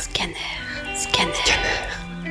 Scanner.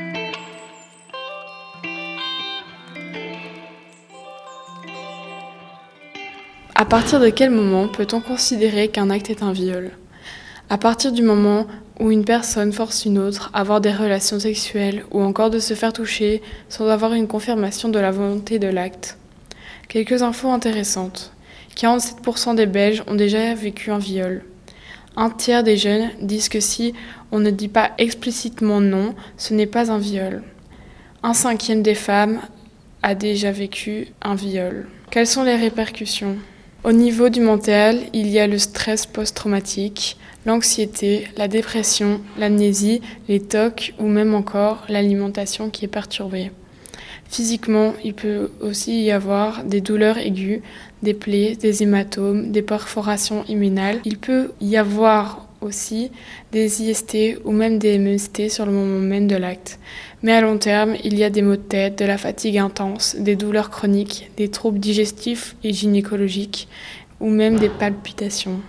À partir de quel moment peut-on considérer qu'un acte est un viol ? À partir du moment où une personne force une autre à avoir des relations sexuelles ou encore de se faire toucher sans avoir une confirmation de la volonté de l'acte. Quelques infos intéressantes. 47% des Belges ont déjà vécu un viol. Un tiers des jeunes disent que si on ne dit pas explicitement non, ce n'est pas un viol. 1/5 des femmes a déjà vécu un viol. Quelles sont les répercussions ? Au niveau du mental, il y a le stress post-traumatique, l'anxiété, la dépression, l'amnésie, les TOC ou même encore l'alimentation qui est perturbée. Physiquement, il peut aussi y avoir des douleurs aiguës, des plaies, des hématomes, des perforations immunales. Il peut y avoir aussi des IST ou même des MST sur le moment même de l'acte. Mais à long terme, il y a des maux de tête, de la fatigue intense, des douleurs chroniques, des troubles digestifs et gynécologiques ou même des palpitations.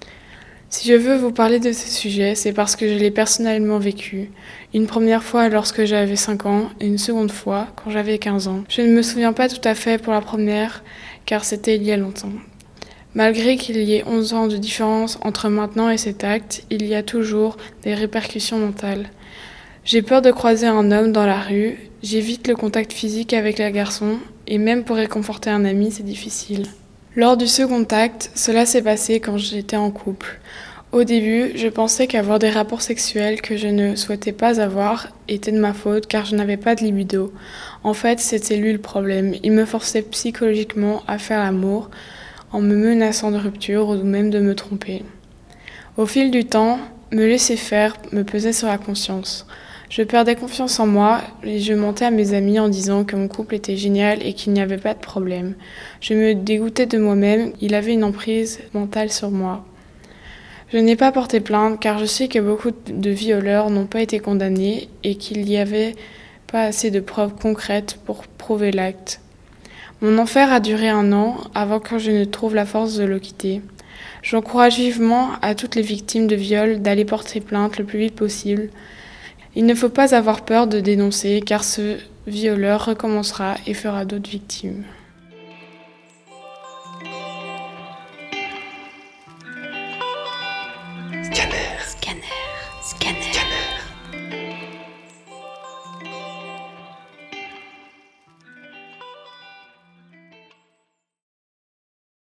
Si je veux vous parler de ce sujet, c'est parce que je l'ai personnellement vécu. Une première fois lorsque j'avais 5 ans et une seconde fois quand j'avais 15 ans. Je ne me souviens pas tout à fait pour la première car c'était il y a longtemps. Malgré qu'il y ait 11 ans de différence entre maintenant et cet acte, il y a toujours des répercussions mentales. J'ai peur de croiser un homme dans la rue, j'évite le contact physique avec les garçons et même pour réconforter un ami, c'est difficile. Lors du second acte, cela s'est passé quand j'étais en couple. Au début, je pensais qu'avoir des rapports sexuels que je ne souhaitais pas avoir était de ma faute car je n'avais pas de libido. En fait, c'était lui le problème. Il me forçait psychologiquement à faire l'amour en me menaçant de rupture ou même de me tromper. Au fil du temps, me laisser faire me pesait sur la conscience. Je perdais confiance en moi et je mentais à mes amis en disant que mon couple était génial et qu'il n'y avait pas de problème. Je me dégoûtais de moi-même, il avait une emprise mentale sur moi. Je n'ai pas porté plainte car je sais que beaucoup de violeurs n'ont pas été condamnés et qu'il n'y avait pas assez de preuves concrètes pour prouver l'acte. Mon enfer a duré 1 an avant que je ne trouve la force de le quitter. J'encourage vivement à toutes les victimes de viol d'aller porter plainte le plus vite possible. Il ne faut pas avoir peur de dénoncer car ce violeur recommencera et fera d'autres victimes.